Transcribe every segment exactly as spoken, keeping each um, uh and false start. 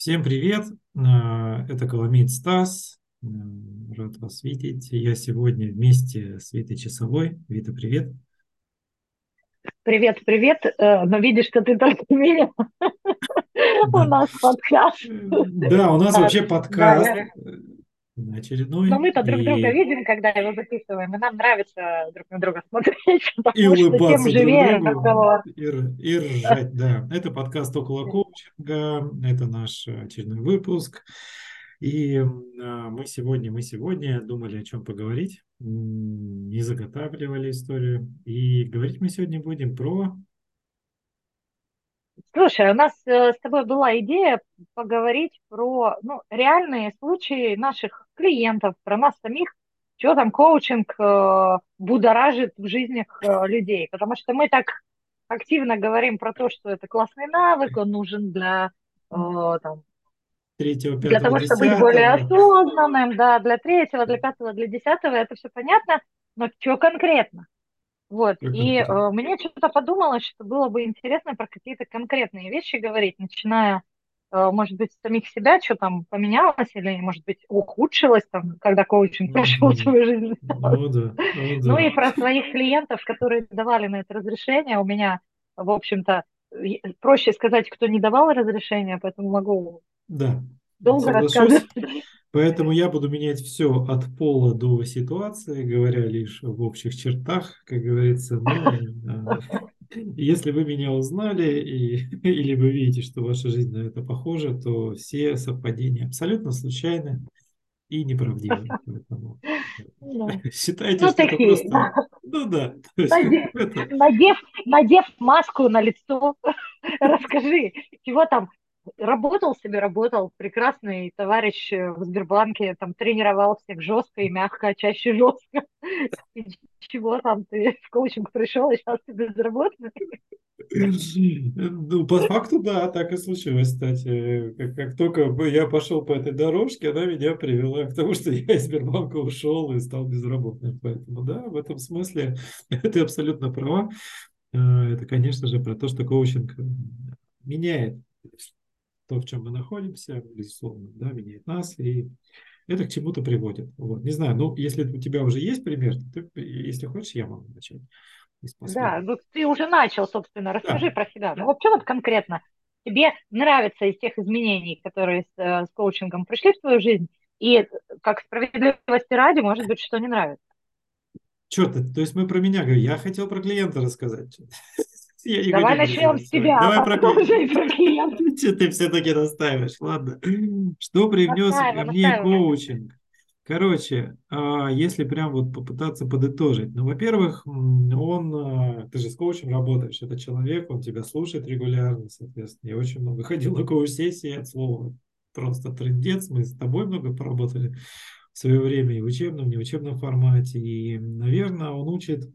Всем привет! А, Это Коломит Стас. М, Рад вас видеть. Я сегодня вместе с Витой Часовой. Вита, привет. Привет, привет. Э, Но видишь, что ты только меня. У Да. нас подкаст. Да, у нас Да, вообще да, подкаст я... э, Но очередной. мы-то друг друга И, видим, когда его записываем, и нам нравится друг на друга смотреть, и потому что тем улыбаться друг живее другу, разговор. и, р- и ржать. Да, это подкаст «Около коучинга». Это наш очередной выпуск. И а, мы сегодня, мы сегодня думали, о чем поговорить. М, Не заготавливали историю. И говорить мы сегодня будем про... Слушай, у нас э, с тобой была идея поговорить про ну, реальные случаи наших клиентов, про нас самих, что там коучинг э, будоражит в жизнях э, людей. Потому что мы так активно говорим про то, что это классный навык, он нужен для, э, там, третьего, для пятого, того, чтобы быть более десятого. осознанным, да, для третьего, для пятого, для десятого, это все понятно, но что конкретно? Вот, Как и конкретно? э, мне что-то подумалось, что было бы интересно про какие-то конкретные вещи говорить, начиная, э, может быть, с самих себя, что там поменялось или, может быть, ухудшилось, там, когда коучинг пришел в Мгм. свою жизнь. Ну да, ну Ну да. и про своих клиентов, которые давали на это разрешение. У меня, в общем-то, и- проще сказать, кто не давал разрешения, поэтому могу Да, долго соглашусь. рассказывать. Поэтому я буду менять все от пола до ситуации, говоря лишь в общих чертах, как говорится. Но а, если вы меня узнали и, или вы видите, что ваша жизнь на это похожа, то все совпадения абсолютно случайны и неправдивы. Поэтому Ну, считайте, ну, что это такие, просто... да. Ну да, то есть Надев, это... надев, надев маску на лицо, расскажи, чего там работал себе, работал прекрасный товарищ э, в Сбербанке, там тренировал всех жестко и мягко, а чаще жестко. И чего там ты в коучинг пришел, и сейчас ты безработный? Ну, по факту, да, так и случилось, кстати. Как, как только бы я пошел по этой дорожке, она меня привела к тому, что я из Сбербанка ушел и стал безработным. Поэтому, да, в этом смысле ты абсолютно права. Э, Это, конечно же, про то, что коучинг меняет то, в чем мы находимся, безусловно, да, меняет нас, и это к чему-то приводит. Вот. Не знаю, ну, если у тебя уже есть пример, то ты, если хочешь, я могу начать из Да, последнего. ну ты уже начал, собственно, расскажи Да. про себя. Ну вот что вот конкретно тебе нравится из тех изменений, которые с, э, с коучингом пришли в твою жизнь, и э, как справедливости ради, может быть, что не нравится. Черт, то есть мы про меня говорим. Я хотел про клиента рассказать. Я не Давай хочу про начнем себя с сегодня. тебя, а Давай про потом клиента. уже и про клиента. Что ты все-таки настаиваешь? Ладно. Что привнес Настаивай, ко мне настаивай. коучинг? Короче, а, если прям вот попытаться подытожить. Ну, во-первых, м, он, а, ты же с коучем работаешь, это человек, он тебя слушает регулярно, соответственно. Я очень много ходил на коуч-сессии, от слова просто трындец. Мы с тобой много поработали в свое время и в учебном, и не в учебном формате. И, наверное, он учит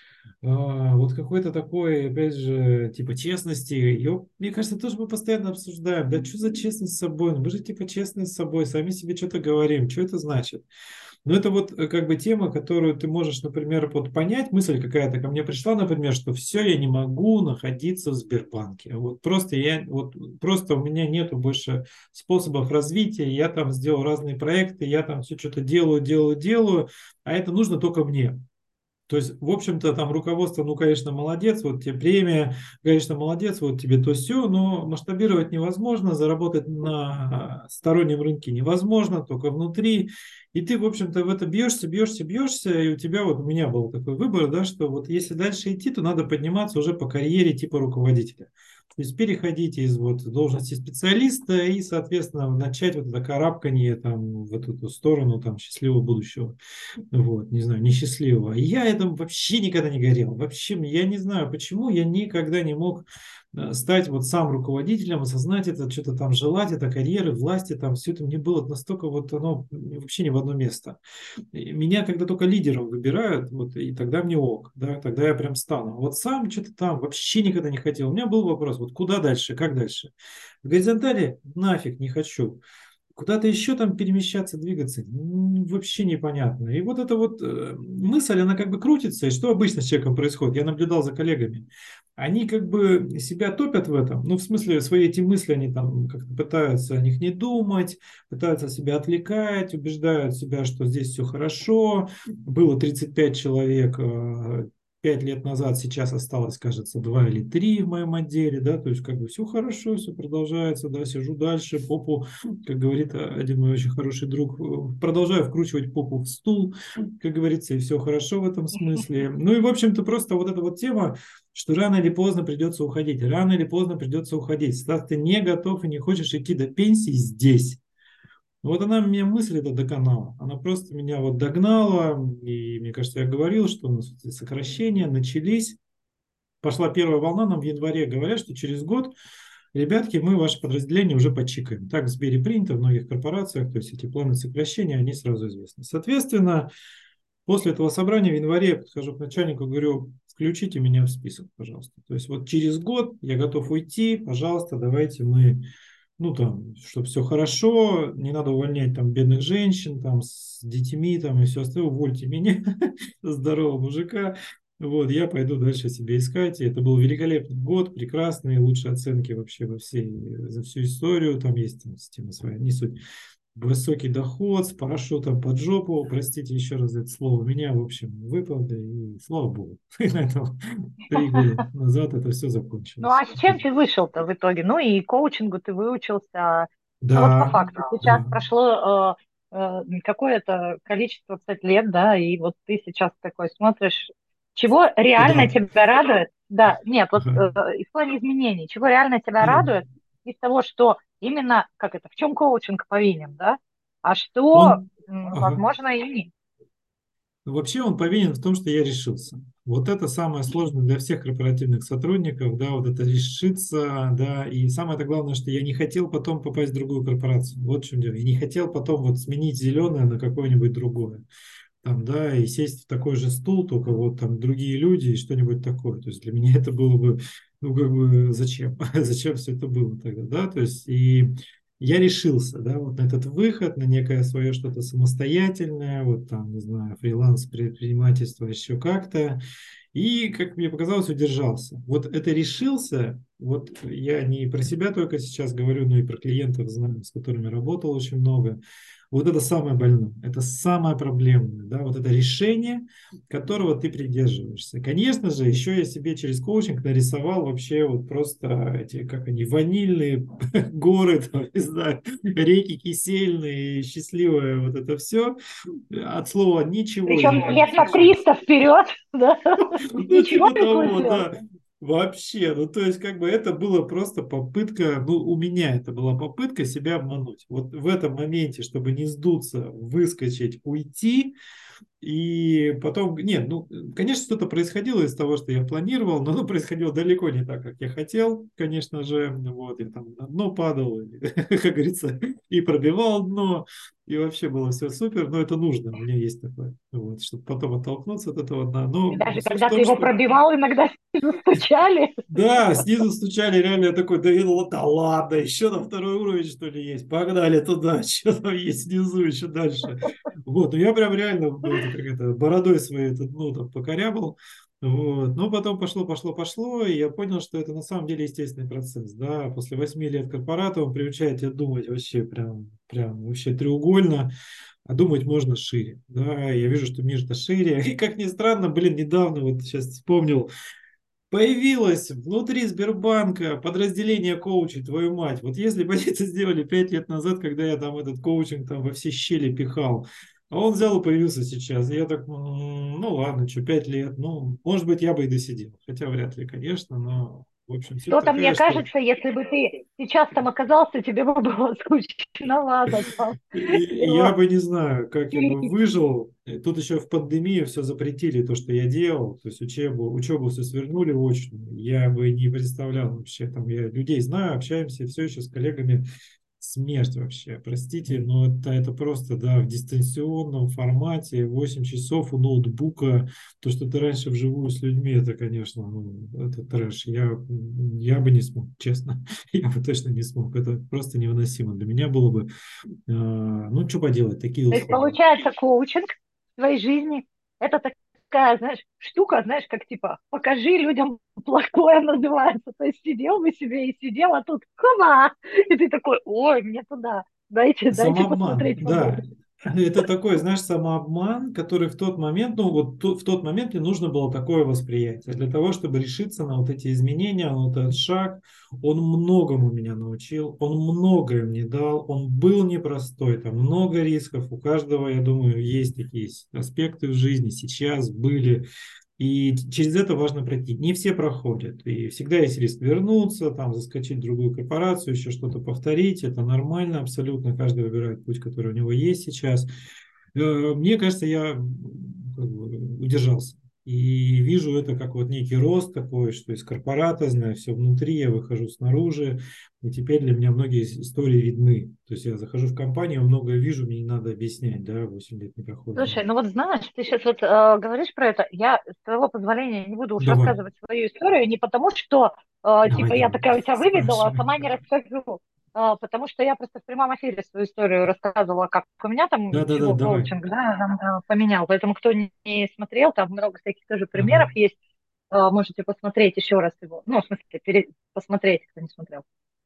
а, вот какой-то такой, опять же, типа честности. Ее, мне кажется, тоже мы постоянно обсуждаем. Да что за честность с собой? Ну, мы же типа честные с собой, сами себе что-то говорим. Что это значит? Но это вот э, как бы тема, которую ты можешь, например, вот понять, мысль какая-то ко мне пришла, например, что все, я не могу находиться в Сбербанке. Вот просто я, вот просто у меня нету больше способов развития, я там сделал разные проекты, я там все что-то делаю, делаю, делаю, а это нужно только мне. То есть, в общем-то, там руководство, ну, конечно, молодец, вот тебе премия, конечно, молодец, вот тебе то все, но масштабировать невозможно, заработать на стороннем рынке невозможно, только внутри. И ты, в общем-то, в это бьешься, бьешься, бьешься, и у тебя, вот у меня был такой выбор, да, что вот если дальше идти, то надо подниматься уже по карьере типа руководителя. То есть переходить из вот должности специалиста и, соответственно, начать вот это карабканье там в эту, эту сторону там счастливого будущего. Вот, не знаю, несчастливого. И я этому вообще никогда не горел. Вообще, я не знаю, почему я никогда не мог э, стать вот сам руководителем, осознать это, что-то там желать, это карьеры, власти, там все это мне было настолько вот оно вообще не в одно место. И меня когда только лидером выбирают, вот, и тогда мне ок, да, тогда я прям стану. А вот сам что-то там вообще никогда не хотел. У меня был вопрос, вот куда дальше, как дальше? В горизонтали нафиг не хочу. куда-то еще там перемещаться, двигаться, м, вообще непонятно. И вот эта вот э, мысль, она как бы крутится, и что обычно с человеком происходит? Я наблюдал за коллегами. Они как бы себя топят в этом, ну, в смысле, свои эти мысли, они там как-то пытаются о них не думать, пытаются себя отвлекать, убеждают себя, что здесь все хорошо. Было тридцать пять человек, э, пять лет назад, сейчас осталось, кажется, два или три в моем отделе, да, то есть как бы все хорошо, все продолжается, да, сижу дальше, попу, как говорит один мой очень хороший друг, э, продолжаю вкручивать попу в стул, как говорится, и все хорошо в этом смысле. Ну и, в общем-то, просто вот эта вот тема, что рано или поздно придется уходить, рано или поздно придется уходить. Стас, ты не готов и не хочешь идти до пенсии здесь. Вот она меня мысль эта доконала. Она просто меня вот догнала. И мне кажется, я говорил, что у нас эти сокращения начались. Пошла первая волна, нам в январе говорят, что через год, ребятки, мы ваше подразделение уже почикаем. Так в Сбере принято в многих корпорациях, то есть эти планы сокращения, они сразу известны. Соответственно, после этого собрания в январе я подхожу к начальнику, говорю, включите меня в список, пожалуйста. То есть вот через год я готов уйти, пожалуйста, давайте мы, ну там, чтобы все хорошо, не надо увольнять там бедных женщин, там с детьми там и все остальное, увольте меня, здорового мужика. Вот, я пойду дальше себе искать. И это был великолепный год, прекрасные, лучшие оценки вообще во всей, за всю историю. Там есть там, система своя, не суть. Высокий доход с парашютом под жопу, простите еще раз это слово, меня, в общем, выплатили, и слава богу. И на этом три года назад это все Ну а закончилось. с чем ты вышел-то в итоге? Ну и коучингу ты выучился. Ну вот по Да, факту, сейчас да. прошло э, э, какое-то количество, кстати, лет, да, и вот ты сейчас такой смотришь, чего реально Куда? тебя радует? Да, нет, вот Ага. э, из плана изменений, чего реально тебя радует Ну, из того, что именно, как это, в чем коучинг повинен, да, а что, он, м, ага. возможно, и нет. Вообще он повинен в том, что я решился. Вот это самое сложное для всех корпоративных сотрудников, да, вот это решиться, да, и самое-то главное, что я не хотел потом попасть в другую корпорацию. Вот в чем дело. Я не хотел потом вот сменить зеленое на какое-нибудь другое. Там, да, и сесть в такой же стул, только вот там другие люди и что-нибудь такое. То есть для меня это было бы, ну, как бы, зачем? Зачем все это было тогда, да? То есть и я решился, да, вот на этот выход, на некое свое что-то самостоятельное, вот там, не знаю, фриланс, предпринимательство, еще как-то. И, как мне показалось, удержался. Вот это решился, вот я не про себя только сейчас говорю, но и про клиентов знаю, с которыми работал очень много. Вот это самое больное, это самое проблемное, да, вот это решение, которого ты придерживаешься. Конечно же, еще я себе через коучинг нарисовал вообще вот просто эти, как они, ванильные горы, там, не знаю, реки кисельные, счастливое вот это все. От слова ничего из Причем этого не лет на случилось. триста вперед, да, Ну, ничего типа не того, случилось. да. Вообще, ну то есть как бы это было просто попытка, ну у меня это была попытка себя обмануть. Вот в этом моменте, чтобы не сдуться, выскочить, уйти, и потом, нет, ну, конечно, что-то происходило из того, что я планировал, но оно происходило далеко не так, как я хотел, конечно же. Вот, я там на дно падал, и, как говорится, и пробивал дно, и вообще было все супер, но это нужно, у меня есть такое, вот, чтобы потом оттолкнуться от этого дна. И Но даже суть в когда ты том, его что пробивал, иногда стучали. да, снизу стучали, реально я такой, да, ну, да ладно, еще на второй уровень, что ли, есть, погнали туда, что там есть снизу, еще дальше. Вот, ну я прям реально, ну, это как это, бородой своей, это, ну, там, покорябал, вот, но потом пошло, пошло, пошло, и я понял, что это на самом деле естественный процесс, да, после восьми лет корпората он приучает тебя думать вообще прям, прям вообще треугольно, а думать можно шире, да, я вижу, что мир-то шире, и как ни странно, блин, недавно вот сейчас вспомнил, появилось внутри Сбербанка подразделение коучей, твою мать. Вот если бы они это сделали пять лет назад, когда я там этот коучинг там во все щели пихал, а он взял и появился сейчас. И я так, «М, ну ладно, что, пять лет, ну, может быть, я бы и досидел. Хотя вряд ли, конечно, но, в общем, суть Что-то мне такая, что кажется, если бы ты сейчас там оказался, тебе бы было скучновато там. И я Его бы не знаю, как я бы пилить. выжил. И тут еще в пандемию все запретили, то, что я делал. То есть учебу, учебу все свернули очную. Я бы не представлял вообще. Там я людей знаю, общаемся все еще с коллегами смерть вообще. Простите, но это, это просто, да, в дистанционном формате, восемь часов у ноутбука. То, что ты раньше вживую с людьми, это, конечно, ну, это трэш. Я, я бы не смог, честно. Я бы точно не смог. Это просто невыносимо. Для меня было бы, э, ну, что поделать, такие То есть условия. получается коучинг в твоей жизни — это такая, знаешь, штука, знаешь, как типа покажи людям плохое называется. То есть сидел бы себе и сидел, а тут хоба! И ты такой, ой, мне туда, дайте, дайте Самообман, посмотреть да. побольше. Это такой, знаешь, самообман, который в тот момент, ну вот ту- в тот момент мне нужно было такое восприятие. Для того, чтобы решиться на вот эти изменения, на вот этот шаг, он многому меня научил, он многое мне дал, он был непростой, там много рисков, у каждого, я думаю, есть такие с- аспекты в жизни, сейчас были. И через это важно пройти. Не все проходят. И всегда есть риск вернуться, там, заскочить в другую корпорацию, еще что-то повторить. Это нормально абсолютно. Каждый выбирает путь, который у него есть сейчас. Э, Мне кажется, я м, как бы удержался. И вижу это как вот некий рост такой, что из корпората, знаю все внутри, я выхожу снаружи, и теперь для меня многие ис- истории видны. То есть я захожу в компанию, многое вижу, мне не надо объяснять, да, восемь лет не проходит. Слушай, ну вот знаешь, ты сейчас вот э, говоришь про это, я, с твоего позволения, не буду уж Давай, рассказывать свою историю, не потому что, э, давай, типа, я давай, такая у тебя выведала, а спрашивай. сама не расскажу, Э, потому что я просто в прямом эфире свою историю рассказывала, как у меня там, Да-да-да, чего давай. коучинг, да, там, э, поменял, поэтому кто не не смотрел, там много всяких тоже Ага. примеров есть, Э, можете посмотреть еще раз его, ну, в смысле, пере- посмотреть, кто не смотрел.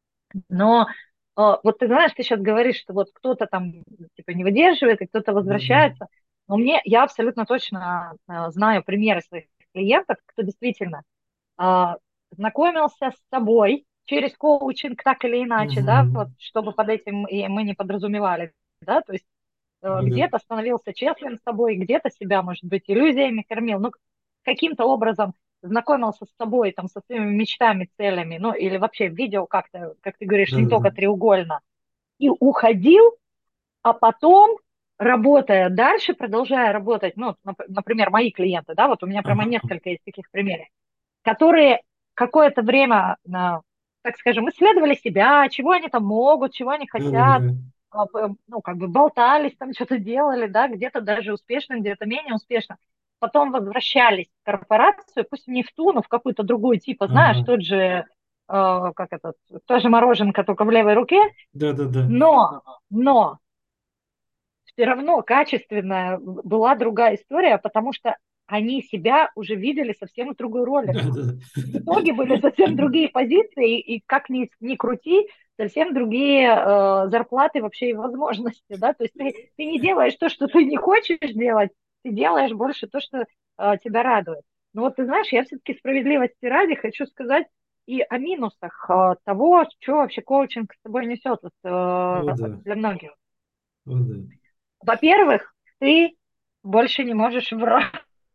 Но э, вот ты знаешь, ты сейчас говоришь, что вот кто-то там типа не выдерживает, и кто-то Да-да. возвращается. Но мне, я абсолютно точно э, знаю примеры своих клиентов, кто действительно э, знакомился с собой через коучинг так или иначе, да, Мгм. вот, чтобы под этим и мы не подразумевали, да, то есть э, Да-да. где-то становился честным с собой, где-то себя, может быть, иллюзиями кормил, ну, каким-то образом знакомился с собой, там, со своими мечтами, целями, ну, или вообще видел как-то, как ты говоришь, не Да-да-да. только треугольно, и уходил, а потом, работая дальше, продолжая работать, ну, нап- например, мои клиенты, да, вот у меня прямо Ага. несколько из таких примеров, которые какое-то время, на, так скажем, исследовали себя, чего они там могут, чего они хотят, Да-да-да. а, п- ну, как бы болтались, там что-то делали, да, где-то даже успешно, где-то менее успешно. Потом возвращались в корпорацию, пусть не в ту, но в какую-то другую, типа, знаешь, Ага. тот же, э, как этот, тоже мороженка, только в левой руке, Да-да-да. но, но все равно качественная была другая история, потому что они себя уже видели совсем в другой роли. Да-да. В итоге были совсем другие позиции, и как ни, ни крути, совсем другие э, зарплаты вообще и возможности, да, то есть ты, ты не делаешь то, что ты не хочешь делать, ты делаешь больше то, что э, тебя радует. Но вот ты знаешь, я все-таки справедливости ради хочу сказать и о минусах э, того, что вообще коучинг с собой несет вот, О, э, да. для многих. О, да. Во-первых, ты больше не можешь врать.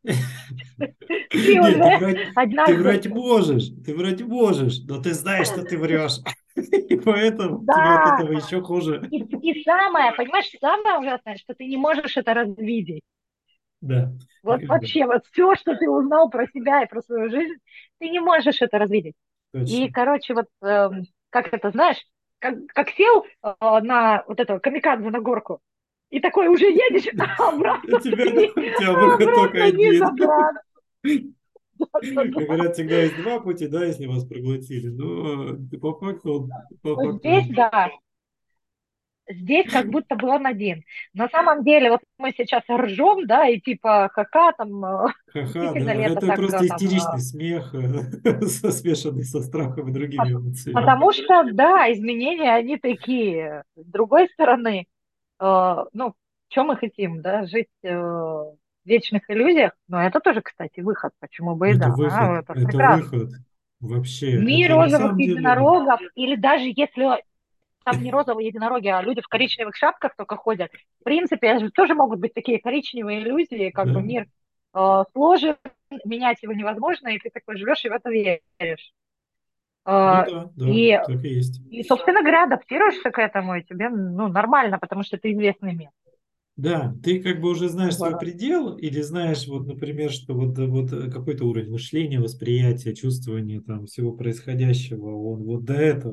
Ты Нет, ты уже врать, ты однажды... врать можешь, ты врать можешь, но ты знаешь, что ты врешь. И поэтому тебе от Да, этого еще хуже. и, и самое, понимаешь, самое ужасное, что ты не можешь это развидеть. Да, Вот никогда. вообще, вот все, что ты узнал про себя и про свою жизнь, ты не можешь это развидеть. И, Точно. короче, вот эм, как это, знаешь, как, как сел э, на вот этого камикадзе на горку, и такой уже едешь, а У обратно тебя, ты не, да, у тебя а выход только обратно не один. забраться. Как говорят, всегда есть два пути, да, если вас проглотили. Но по факту, по Вот факту здесь, да, здесь как будто бы он один. На самом деле, вот мы сейчас ржем, да, и типа ха-ха, там, э, ха-ха, действительно ли да. это Это так, э, просто там, э, истеричный смех, э, со смешанный со страхом и другими эмоциями. потому что, да, изменения, они такие. С другой стороны, э, ну, что мы хотим, да, жить э, в вечных иллюзиях, но это тоже, кстати, выход, почему бы и Это да, выход, а, это это прекрасно. выход. Вообще, Мир это на розовых самом деле, единорогов, или даже если там не розовые единороги, а люди в коричневых шапках только ходят. В принципе, же тоже могут быть такие коричневые иллюзии, как бы да, мир э, сложен, менять его невозможно, и ты такой живешь и в это веришь. ну Э, да, да, и, так и есть. и, собственно говоря, адаптируешься к этому, и тебе ну, нормально, потому что ты известный мир. Да, ты как бы уже знаешь свой Вот. предел, или знаешь, вот, например, что вот, э, вот э, какой-то уровень мышления, восприятия, чувствования там всего происходящего, он вот до этого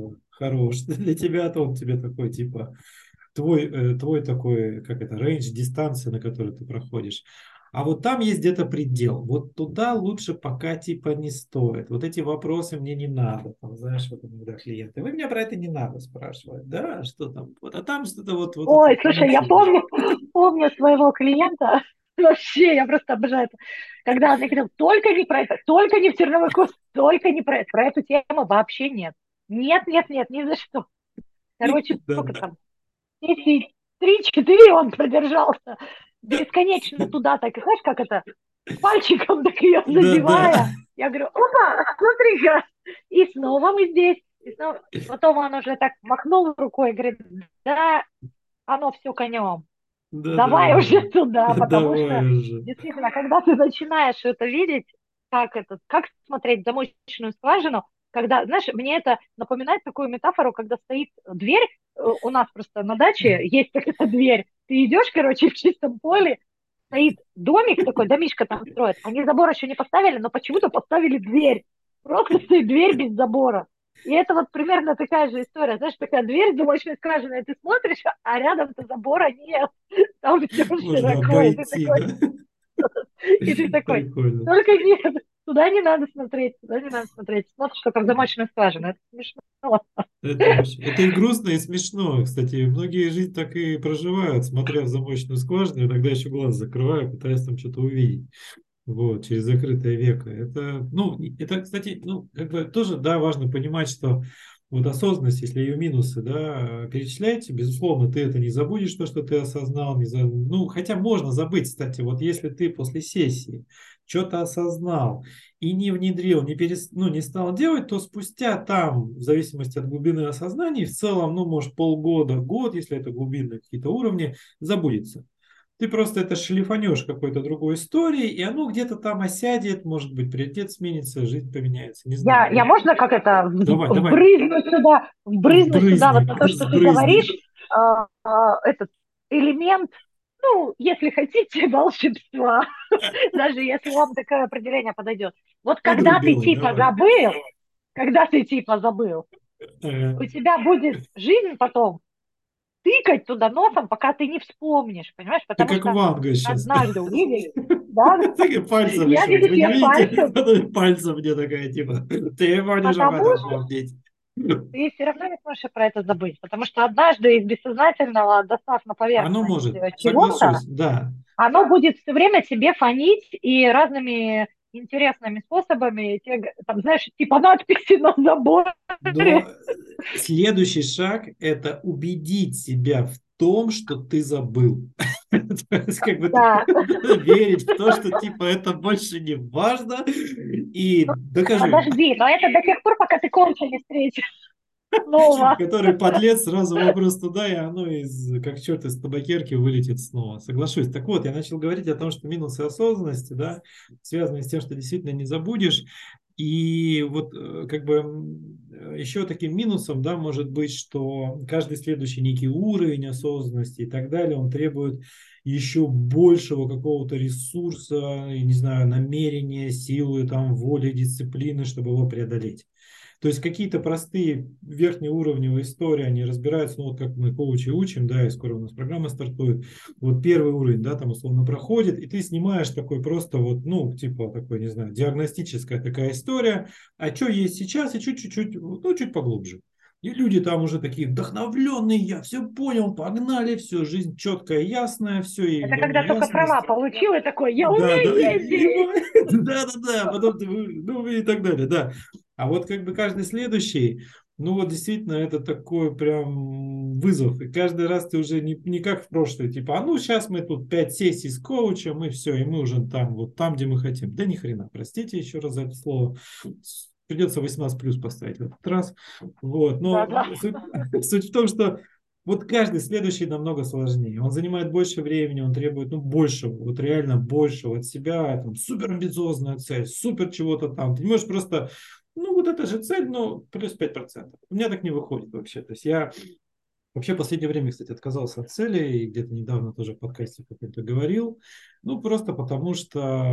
хорош. Для тебя-то он тебе такой, типа, твой, э, твой такой, как это, рейндж, дистанция, на которой ты проходишь. А вот там есть где-то предел. Вот туда лучше пока типа не стоит. Вот эти вопросы мне не надо. Там, знаешь, вот иногда клиенты. Вы меня про это не надо спрашивать. Да, что там? Вот, а там что-то вот, вот это Ой, слушай, я знаете. помню, помню своего клиента, вообще, я просто обожаю это, когда он мне говорил, только не про это, только не в черновой курс, только не про это, про эту тему вообще нет. Нет, нет, нет, ни за что. Короче, Да, сколько да. там, сессии три-четыре он продержался, бесконечно туда так, и знаешь, как это, пальчиком так ее Да, да. задевая. Я говорю, опа, смотри-ка, и снова мы здесь, и снова. Потом он уже так махнул рукой и говорит, да, оно все конем. Да, Давай давай. уже туда, потому что Давай уже. действительно, когда ты начинаешь это видеть, как это, как смотреть замочечную скважину, когда, знаешь, мне это напоминает такую метафору, когда стоит дверь, э, у нас просто на даче есть такая дверь, ты идешь, короче, в чистом поле, стоит домик такой, домишко там строят, они забор еще не поставили, но почему-то поставили дверь, просто стоит дверь без забора. И это вот примерно такая же история. Знаешь, такая дверь замочной скважины, и ты смотришь, а рядом-то забора нет. Там все Можно широко. И ты обойти, такой, да? и ты такой, Прикольно. только нет, туда не надо смотреть, туда не надо смотреть. Смотришь, что как замочная скважина. Это смешно. Это вообще, это и грустно, и смешно. Кстати, многие жизнь так и проживают, смотря в замочную скважину, иногда еще глаз закрываю, пытаясь там что-то увидеть. Вот, через закрытое веко. Это, ну, и- это, кстати, ну, как бы тоже, да, важно понимать, что вот осознанность, если ее минусы, да, перечисляете, безусловно, ты это не забудешь, то, что ты осознал, не за... ну, хотя можно забыть, кстати, вот если ты после сессии что-то осознал и не внедрил, не, перес... ну, не стал делать, то спустя там, в зависимости от глубины осознания, в целом, ну, может, полгода, год, если это глубинные какие-то уровни, забудется. Ты просто это шлифанешь какой-то другой историей, и оно где-то там осядет, может быть, приоритет сменится, жизнь поменяется, не Я, знаю. я Вот. можно как это Давай, в- давай, вбрызнуть сюда, вбрызнуть сюда вот сбрызни, на то, что ты сбрызни. говоришь, а, а, этот элемент, ну, если хотите, волшебства, даже если вам такое определение подойдет. Вот когда ты Подрубило, типа давай. забыл, когда ты типа забыл, Ага. у тебя будет жизнь потом тыкать туда носом, пока ты не вспомнишь, понимаешь? Ты Потому как что Ванга сейчас. однажды увидели, да, Так пальцем я еще. вижу Вы не тебе видите? пальцем, Потом пальцем мне такая, типа, ты можешь об потому этом что помнить. ты все равно не сможешь про это забыть, потому что однажды из бессознательного, достав на Оно поверхность может, э, чего-то, соглашусь, да. оно будет все время тебе фонить и разными интересными способами, те г- там, знаешь, типа надписи на заборе. Но следующий шаг – это убедить себя в том, что ты забыл. То есть, как бы ты Да. надо верить в то, что типа это больше не важно. И докажи, Подожди, но это до тех пор, пока ты конча не встретишь снова. который подлец, сразу вопрос туда, и оно из, как черт из табакерки вылетит снова. Соглашусь. Так вот, я начал говорить о том, что минусы осознанности, да, связаны с тем, что действительно не забудешь. И вот э, как бы м, э, еще таким минусом, да, может быть, что каждый следующий некий уровень осознанности и так далее, он требует еще большего какого-то ресурса, и, не знаю, намерения, силы, там, воли, дисциплины, чтобы его преодолеть. То есть какие-то простые верхнеуровневые истории, они разбираются, ну вот как мы коучи учим, да, и скоро у нас программа стартует. Вот первый уровень, да, там условно проходит, и ты снимаешь такой просто вот, ну, типа такой, не знаю, диагностическая такая история, а что есть сейчас, и чуть-чуть, ну, чуть поглубже. И люди там уже такие вдохновленные, я все понял, погнали, все, жизнь четкая, ясная, все, и Это главное когда только права ясность. получил и такой, я Да, да, умею и- ездить. да, да, да, потом ты, вы- ну и так далее, да. А вот как бы каждый следующий, ну вот действительно это такой прям вызов. И каждый раз ты уже не, не как в прошлое, типа, а ну сейчас мы тут пять сессий с коучем, и все, и мы уже там, вот там, где мы хотим. Да ни хрена, простите еще раз за это слово. Придется восемнадцать плюс поставить в этот раз. Вот. Да, Но да. суть, суть в том, что вот каждый следующий намного сложнее. Он занимает больше времени, он требует ну, большего, вот реально большего от себя. Там, супер амбициозная цель, супер чего-то там. Ты не можешь просто, ну вот эта же цель, но плюс пять процентов. У меня так не выходит вообще. То есть я вообще в последнее время, кстати, отказался от цели, и где-то недавно тоже в подкасте какой-то говорил. Ну, просто потому что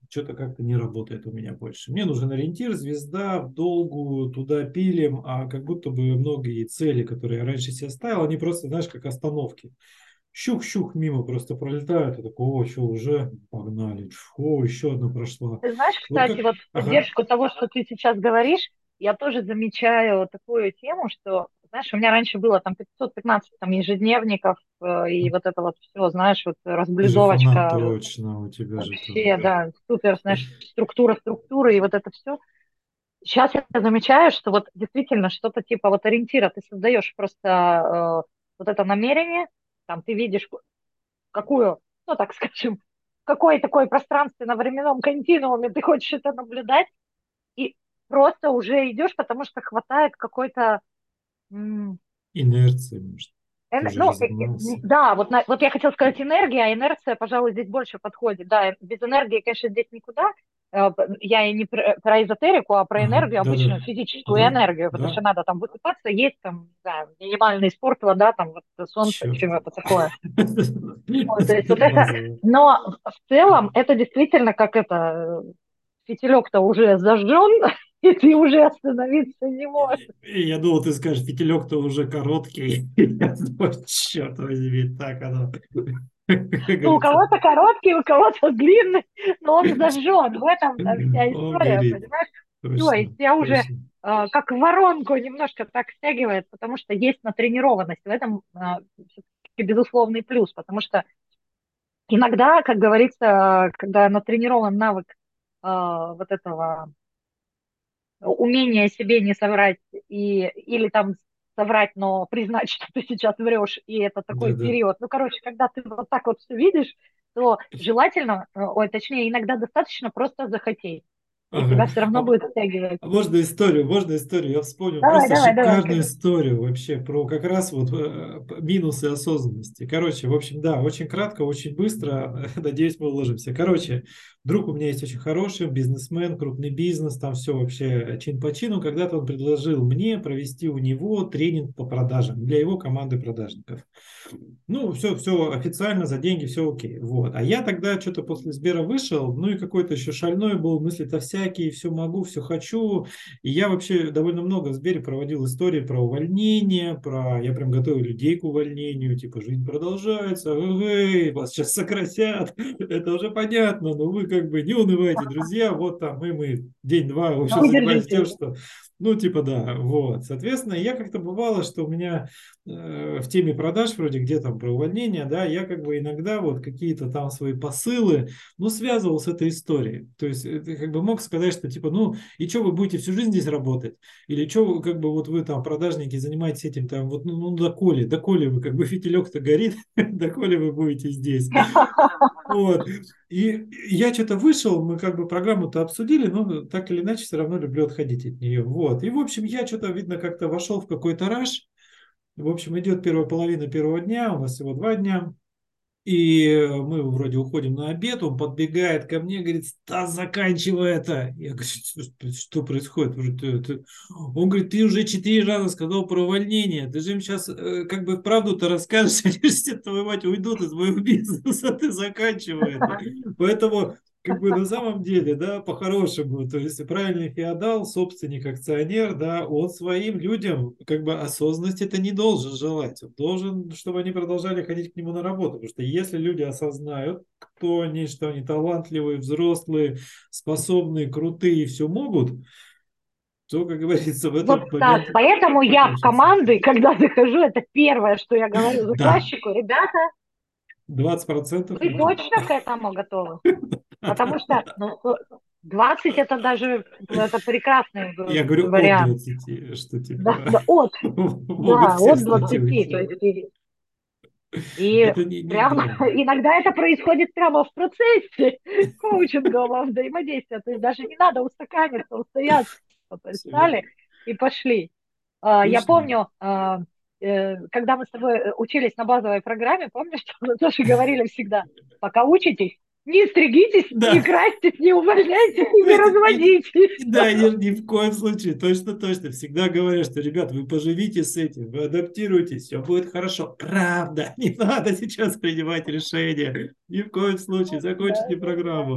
что-то как-то не работает у меня больше. Мне нужен ориентир, звезда, в долгу, туда пилим, а как будто бы многие цели, которые я раньше себе ставил, они просто, знаешь, как остановки. Щух-щух мимо просто пролетают, и такой, о, что, уже погнали, о, еще одна прошла. Ты знаешь, Вот кстати, как, вот в ага, поддержку того, что ты сейчас говоришь, я тоже замечаю такую тему, что, знаешь, у меня раньше было там пятьсот пятнадцать там ежедневников, э, и вот это вот все, знаешь, вот ты же фанат, разблюдовочка, точно, у тебя же там. вообще, да, супер, знаешь, структура структуры и вот это все. Сейчас я замечаю, что вот действительно что-то типа вот ориентира ты создаешь просто э, вот это намерение, там ты видишь какую, ну так скажем, в какой такой пространственно-временном континууме ты хочешь это наблюдать, и просто уже идешь, потому что хватает какой-то, м, Инерция, может. Ты эн- уже ну, э, э, разогнался. да, вот, на- вот я хотела сказать энергия, а инерция, пожалуй, здесь больше подходит. Да, э, без энергии, конечно, здесь никуда. Э, п- Я и не про, про эзотерику, а про Ага, энергию, да-да, обычную физическую да, энергию, потому что да, надо там высыпаться, есть там, не знаю, минимальный спорт, вода, там вот солнце, черт. чего-то такое. Вот, то есть вот это, Базово. но в целом это действительно как это, э, фитилек-то уже зажжен, и ты уже остановиться не можешь. И я думал, ты скажешь, фитилек-то уже короткий. Я думаю, черт возьми, так оно, как Ну, у говорится, кого-то короткий, у кого-то длинный, но он зажжен. В этом вся он история, горит. понимаешь? Все, и Точно, тебя уже точно. э, как воронку немножко так стягивает, потому что есть натренированность. В этом э, все-таки безусловный плюс, потому что иногда, как говорится, когда натренирован навык э, вот этого умение себе не соврать и, или там соврать, но признать, что ты сейчас врешь, и это такой Да-да. период. Ну, короче, когда ты вот так вот все видишь, то желательно, э, ой, точнее, иногда достаточно просто захотеть, и тебя Ага. все равно А будет втягивать. А можно историю, можно историю. Я вспомнил Давай, просто давай, давай, шикарную скажи. историю вообще про как раз вот э, п- минусы осознанности. Короче, в общем, да, очень кратко, очень быстро. Надеюсь, мы уложимся. Короче, друг у меня есть очень хороший бизнесмен, крупный бизнес, там все вообще чин по чину. Когда-то он предложил мне провести у него тренинг по продажам для его команды продажников. Ну, все, все официально, за деньги, все окей. Вот. А я тогда что-то после Сбера вышел, ну и какой-то еще шальной был, мысли-то всякие, все могу, все хочу. И я вообще довольно много в Сбере проводил истории про увольнение, про... Я прям готовил людей к увольнению, типа жизнь продолжается, эй, вас сейчас сократят, это уже понятно, но вы как бы не унывайте, друзья, вот там мы, мы день-два, в общем, Ну, занимались тем, держитесь. что, ну, типа, да, вот. Соответственно, я как-то бывало, что у меня э, в теме продаж, вроде где там про увольнение, да, я как бы иногда вот какие-то там свои посылы, ну, связывал с этой историей. То есть э, ты как бы мог сказать, что типа, ну, и что вы будете всю жизнь здесь работать? Или что, как бы вот вы там продажники занимаетесь этим там, вот, ну, ну доколе, доколе вы, как бы фитилек-то горит, доколе вы будете здесь. Вот. И я что-то вышел, мы как бы программу-то обсудили, но так или иначе все равно люблю отходить от нее. Вот. И, в общем, я что-то, видно, как-то вошел в какой-то раж. В общем, идет первая половина первого дня, у нас всего два дня. И мы вроде уходим на обед, он подбегает ко мне, говорит, Стас, заканчивай это. Я говорю, что, что происходит? Уже ты- ты-» Он говорит, ты уже четыре раза сказал про увольнение, ты же им сейчас как бы правду-то расскажешь, они же все, твою мать, уйдут из моего бизнеса, ты заканчивай это. Поэтому как бы на самом деле, да, по-хорошему, то есть правильный феодал, собственник, акционер, да, он своим людям как бы осознанность это не должен желать, он должен, чтобы они продолжали ходить к нему на работу, потому что если люди осознают, кто они, что они талантливые, взрослые, способные, крутые и все могут, то, как говорится, в Вот, этот Стас, момент поэтому я в закончится. команды, когда захожу, это первое, что я говорю Да, заказчику, ребята, двадцать процентов вы уйдет. точно к этому готовы? Потому что ну, двадцать это даже ну, это прекрасный Я в- говорю от вариант. двадцати, что Да, типа да, от, могут да, все от встать и двадцати. То уйти. есть, и, и Это не, не, прям да. иногда это происходит прямо в процессе коучингового взаимодействия. То есть даже не надо устаканиться, устояться. То есть Все встали верно. и пошли. А, Я Точно. помню, а, э, когда мы с тобой э, учились на базовой программе, помнишь, что мы тоже говорили всегда, пока учитесь, не стригитесь, не Да. красьтесь, не увольняйтесь и не И- и- разводитесь. и- Да, ни, ни в коем случае, точно, точно. Всегда говорю, что, ребят, вы поживите с этим, вы адаптируйтесь, все будет хорошо. Правда, не надо сейчас принимать решения. Ни в коем случае, Да, закончите да, да. программу.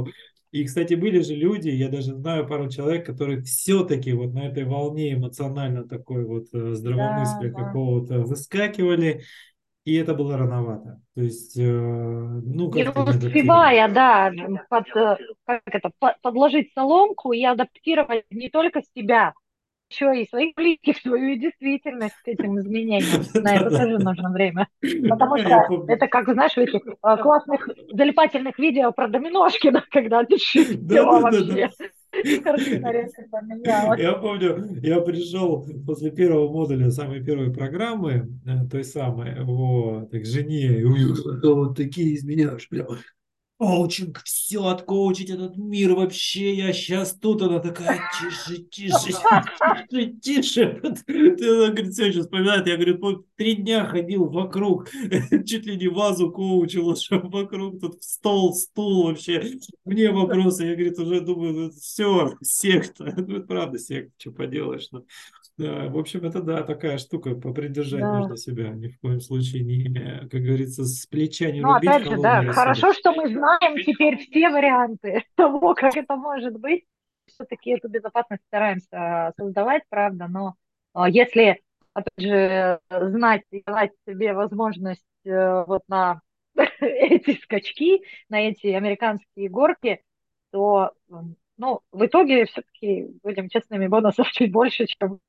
И, кстати, были же люди, я даже знаю пару человек, которые все-таки вот на этой волне эмоционально такой вот э, Да, здравомыслия да. какого-то выскакивали, и это было рановато. То есть, э, ну, Не как-то не адаптировали. успевая, да, под, э, как это, по- подложить соломку и адаптировать не только себя, еще и своих близких, свою действительность к этим изменениям. На это Да-да-да. тоже нужно время. Потому Да, что я помню. это как, знаешь, в этих э, классных залипательных видео про Доминошкина, когда ты все Да-да-да-да. вообще, картина резко поменялась. Я помню, я пришел после первого модуля самой первой программы, э, той самой, вот, к жене, и у нее вот такие из меня аж прям коучинг, все откоучить этот мир вообще, я сейчас тут, она такая, тише, тише, тише, тише. Ты, она говорит, все еще вспоминает, я, говорю, по три дня ходил вокруг, чуть ли не вазу коучил, что вокруг тут стол, стул вообще. Мне вопросы, я, говорит, уже думаю, все, секта. Ну, это правда секта, что поделаешь. Ну, да, в общем, это да, такая штука, попридержать Да. нужно себя, ни в коем случае не, как говорится, с плеча не Ну, рубить опять же, холодный да, рассудок. хорошо, что мы знаем теперь все варианты того, как это может быть. Все-таки эту безопасность стараемся создавать, правда, но а, если, опять же, знать и давать себе возможность э, вот на эти скачки, на эти американские горки, то, м, ну, в итоге все-таки, будем честными, бонусов чуть больше, чем,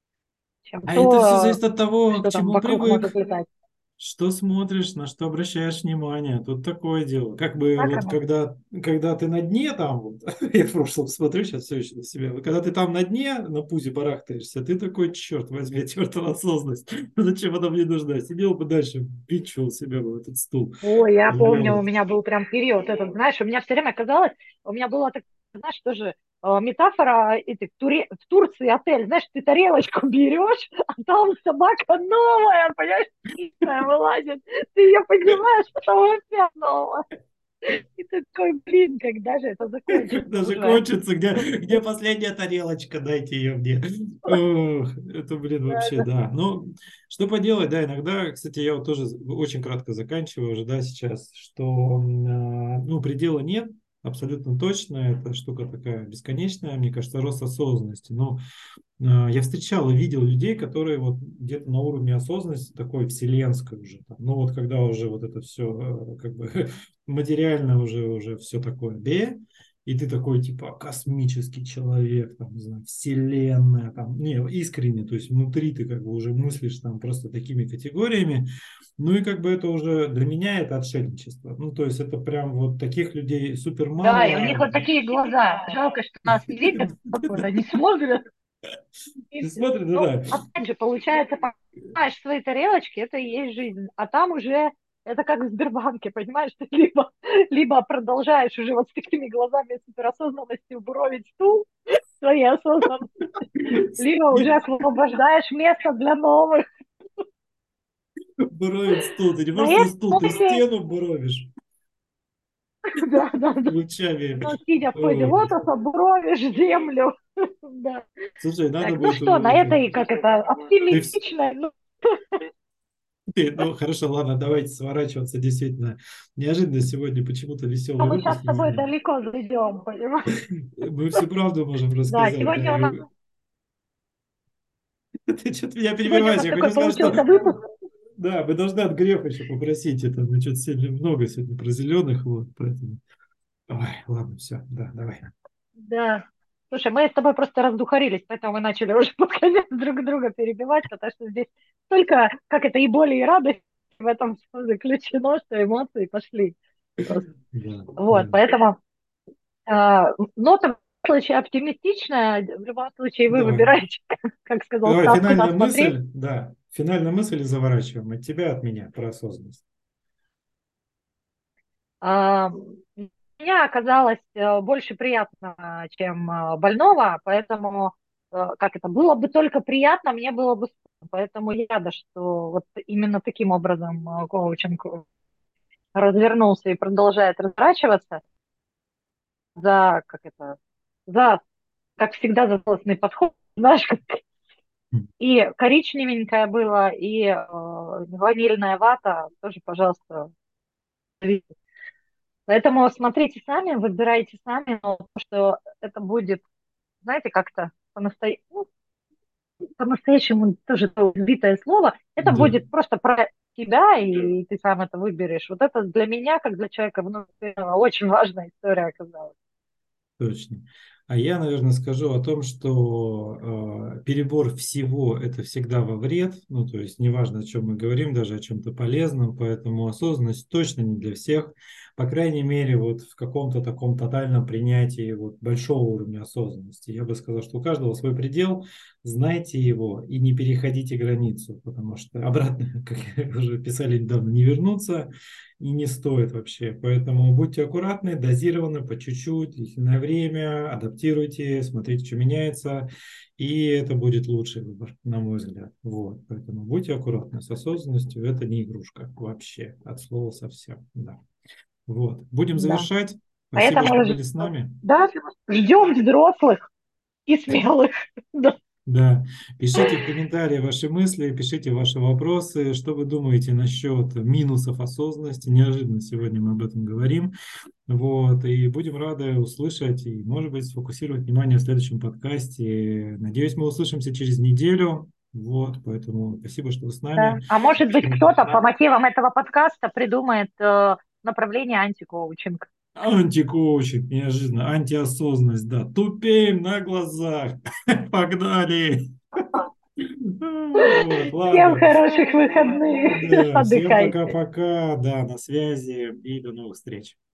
чем А это все то, зависит от того, к что там чему вокруг может привык, летать. что смотришь, на что обращаешь внимание. Тут такое дело. Как бы Так вот оно. когда, когда ты на дне там, вот, я в прошлом смотрю, сейчас все еще на себя, вот когда ты там на дне, на пузе барахтаешься, ты такой, черт возьми, чертова осознанность. Зачем она мне нужна? Сидел бы дальше, бичевал себя в этот стул. Ой, я помню, у Вот. меня был прям период этот, знаешь, у меня все время казалось, у меня была такая, знаешь, тоже э, метафора этих, туре- в Турции отель, знаешь, ты тарелочку берешь, а там собака новая, понимаешь, вкусная вылазит, ты ее поднимаешь, потом опять новая. И такой, блин, когда же это закончится Даже уже? кончится, где, где последняя тарелочка, дайте ее мне. Ох, это, блин, вообще, да. Ну, что поделать, да, иногда, кстати, я вот тоже очень кратко заканчиваю уже, да, сейчас, что, м, а, ну, предела нет, абсолютно точно, эта штука такая бесконечная, мне кажется, рост осознанности. Но а, я встречал и видел людей, которые вот где-то на уровне осознанности такой вселенской уже. Там. Ну вот когда уже вот это все как бы материально уже, уже все такое бе, и ты такой типа космический человек, там, не знаю, вселенная, там, не, искренне, то есть внутри ты как бы уже мыслишь там просто такими категориями, ну и как бы это уже для меня это отшельничество. Ну то есть это прям вот таких людей супер Да, и у них мало. вот такие глаза. Жалко, что нас не видят, вот они смотрят. И Ты всё. смотришь, да, Ну, да. опять же, получается, понимаешь, свои тарелочки, это и есть жизнь. А там уже это как в Сбербанке, понимаешь, ты либо, либо продолжаешь уже вот с такими глазами суперосознанностью буровить стул своей осознанности, либо уже освобождаешь место для новых. Буровит стул. Ты не На просто стул, ты этой, стену буровишь да, да, да. лучами. Ну, сидя в позе Ой. лотоса, буровишь землю. Да. Слушай, надо Так, ну будет... что, у- на это- этой, как это, Ты, вс- оптимистичной, ну, ты- ну, хорошо, ладно, давайте сворачиваться. Действительно, неожиданно сегодня почему-то веселый мы сейчас выпуск, с не тобой знаю. далеко зайдем, понимаешь? Мы всю правду можем Да, рассказать, да. сегодня у нас, и- Ты что-то меня сегодня у перебиваешь. нас Я такой хочу сказать, получился что выпуск. да, мы должны от Грефа еще попросить. Это мы что-то сегодня много сегодня про зеленых, вот, поэтому... Ой, ладно, все, да, давай. Да. Слушай, мы с тобой просто раздухарились, поэтому мы начали уже под конец друг друга перебивать, потому что здесь только, как это, и боль, и радость в этом всё заключено, что эмоции пошли. Просто. Да, Вот, да. поэтому а, нота в любом случае оптимистичная, в любом случае вы Давай. выбираете, как сказал Давай, Стас, куда финальная смотреть. мысль, да, финальная мысль и заворачиваем от тебя, от меня про осознанность. А, Мне оказалось э, больше приятно, чем э, больного, поэтому, э, как это, было бы только приятно, мне было бы стыдно. Поэтому я рада, что вот именно таким образом э, коучинг развернулся и продолжает разворачиваться за, как это, за, как всегда, за целостный подход, знаешь, как и коричневенькое было, и э, ванильная вата, тоже, пожалуйста, Поэтому смотрите сами, выбирайте сами, но то, что это будет, знаете, как-то по-настоящему, по-настоящему тоже то сбитое слово, это Да. будет просто про тебя, и ты сам это выберешь. Вот это для меня, как для человека внутреннего, очень важная история оказалась. Точно. А я, наверное, скажу о том, что э, перебор всего это всегда во вред. Ну, то есть неважно, о чем мы говорим, даже о чем-то полезном, поэтому осознанность точно не для всех. По крайней мере, вот в каком-то таком тотальном принятии вот большого уровня осознанности. Я бы сказал, что у каждого свой предел, знайте его и не переходите границу, потому что обратно, как уже писали недавно, не вернуться. И не стоит вообще. Поэтому будьте аккуратны, дозированно, по чуть-чуть, длительное время, адаптируйте, смотрите, что меняется, и это будет лучший выбор, на мой взгляд. Вот. Поэтому будьте аккуратны с осознанностью, это не игрушка вообще, от слова совсем. Да. Вот. Будем Да. завершать. Спасибо, что Поэтому, ж- были с нами. да, ждем взрослых и смелых. Да. Да, пишите в комментарии ваши мысли, пишите ваши вопросы, что вы думаете насчет минусов осознанности. Неожиданно сегодня мы об этом говорим. Вот, и будем рады услышать и, может быть, сфокусировать внимание в следующем подкасте. Надеюсь, мы услышимся через неделю. Вот, поэтому спасибо, что вы с Да. нами. А может быть, кто-то по мотивам этого подкаста придумает э, направление антикоучинг. Антикоучинг, неожиданно, антиосознанность, да. Тупеем на глазах. Погнали. Вот, Всем ладно. хороших выходных. Да, всем Отдыхайте. пока-пока, да, на связи и до новых встреч.